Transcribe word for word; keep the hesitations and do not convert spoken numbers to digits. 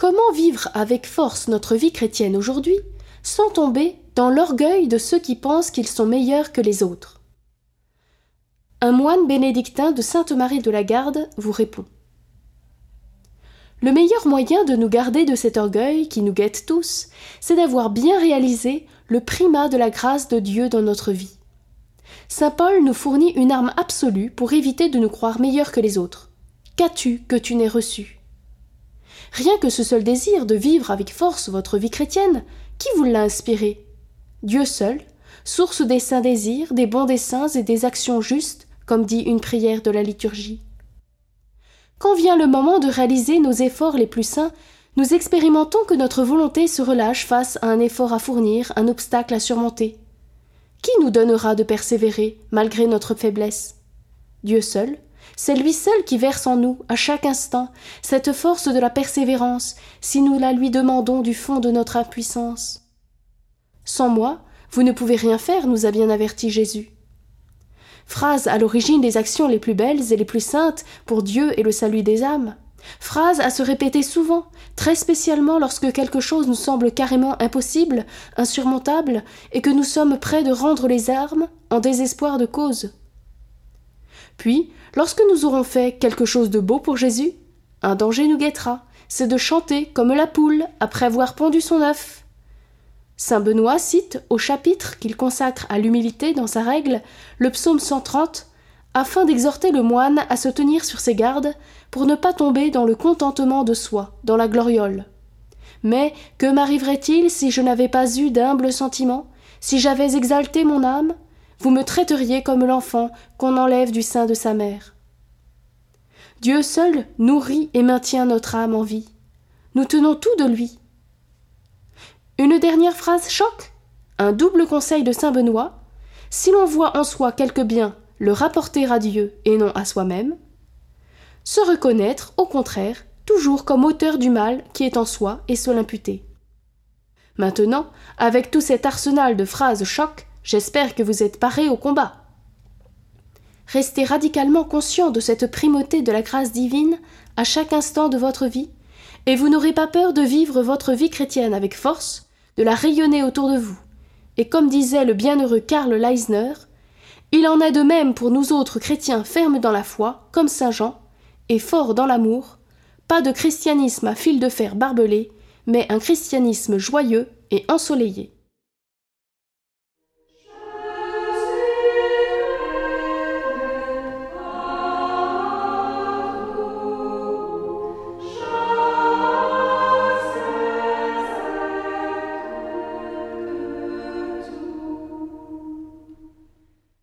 comment vivre avec force notre vie chrétienne aujourd'hui sans tomber dans l'orgueil de ceux qui pensent qu'ils sont meilleurs que les autres? Un moine bénédictin de Sainte-Marie de la Garde vous répond. Le meilleur moyen de nous garder de cet orgueil qui nous guette tous, c'est d'avoir bien réalisé le primat de la grâce de Dieu dans notre vie. Saint Paul nous fournit une arme absolue pour éviter de nous croire meilleurs que les autres. Qu'as-tu que tu n'aies reçu? Rien que ce seul désir de vivre avec force votre vie chrétienne, qui vous l'a inspiré? Dieu seul, source des saints désirs, des bons desseins et des actions justes, comme dit une prière de la liturgie. Quand vient le moment de réaliser nos efforts les plus saints, nous expérimentons que notre volonté se relâche face à un effort à fournir, un obstacle à surmonter. Qui nous donnera de persévérer, malgré notre faiblesse? Dieu seul, c'est lui seul qui verse en nous, à chaque instant, cette force de la persévérance, si nous la lui demandons du fond de notre impuissance. Sans moi, vous ne pouvez rien faire, nous a bien averti Jésus. Phrase à l'origine des actions les plus belles et les plus saintes pour Dieu et le salut des âmes. Phrase à se répéter souvent, très spécialement lorsque quelque chose nous semble carrément impossible, insurmontable, et que nous sommes prêts de rendre les armes en désespoir de cause. Puis, lorsque nous aurons fait quelque chose de beau pour Jésus, un danger nous guettera, c'est de chanter comme la poule après avoir pondu son œuf. Saint Benoît cite, au chapitre qu'il consacre à l'humilité dans sa règle, le psaume cent trente, afin d'exhorter le moine à se tenir sur ses gardes pour ne pas tomber dans le contentement de soi, dans la gloriole. Mais que m'arriverait-il si je n'avais pas eu d'humbles sentiments, si j'avais exalté mon âme? Vous me traiteriez comme l'enfant qu'on enlève du sein de sa mère. Dieu seul nourrit et maintient notre âme en vie. Nous tenons tout de lui. Une dernière phrase choc, un double conseil de saint Benoît. Si l'on voit en soi quelque bien, le rapporter à Dieu et non à soi-même. Se reconnaître, au contraire, toujours comme auteur du mal qui est en soi et se l'imputer. Maintenant, avec tout cet arsenal de phrases choc, j'espère que vous êtes parés au combat. Restez radicalement conscient de cette primauté de la grâce divine à chaque instant de votre vie, et vous n'aurez pas peur de vivre votre vie chrétienne avec force, de la rayonner autour de vous. Et comme disait le bienheureux Karl Leisner, il en est de même pour nous autres chrétiens fermes dans la foi, comme saint Jean, et forts dans l'amour, pas de christianisme à fil de fer barbelé, mais un christianisme joyeux et ensoleillé.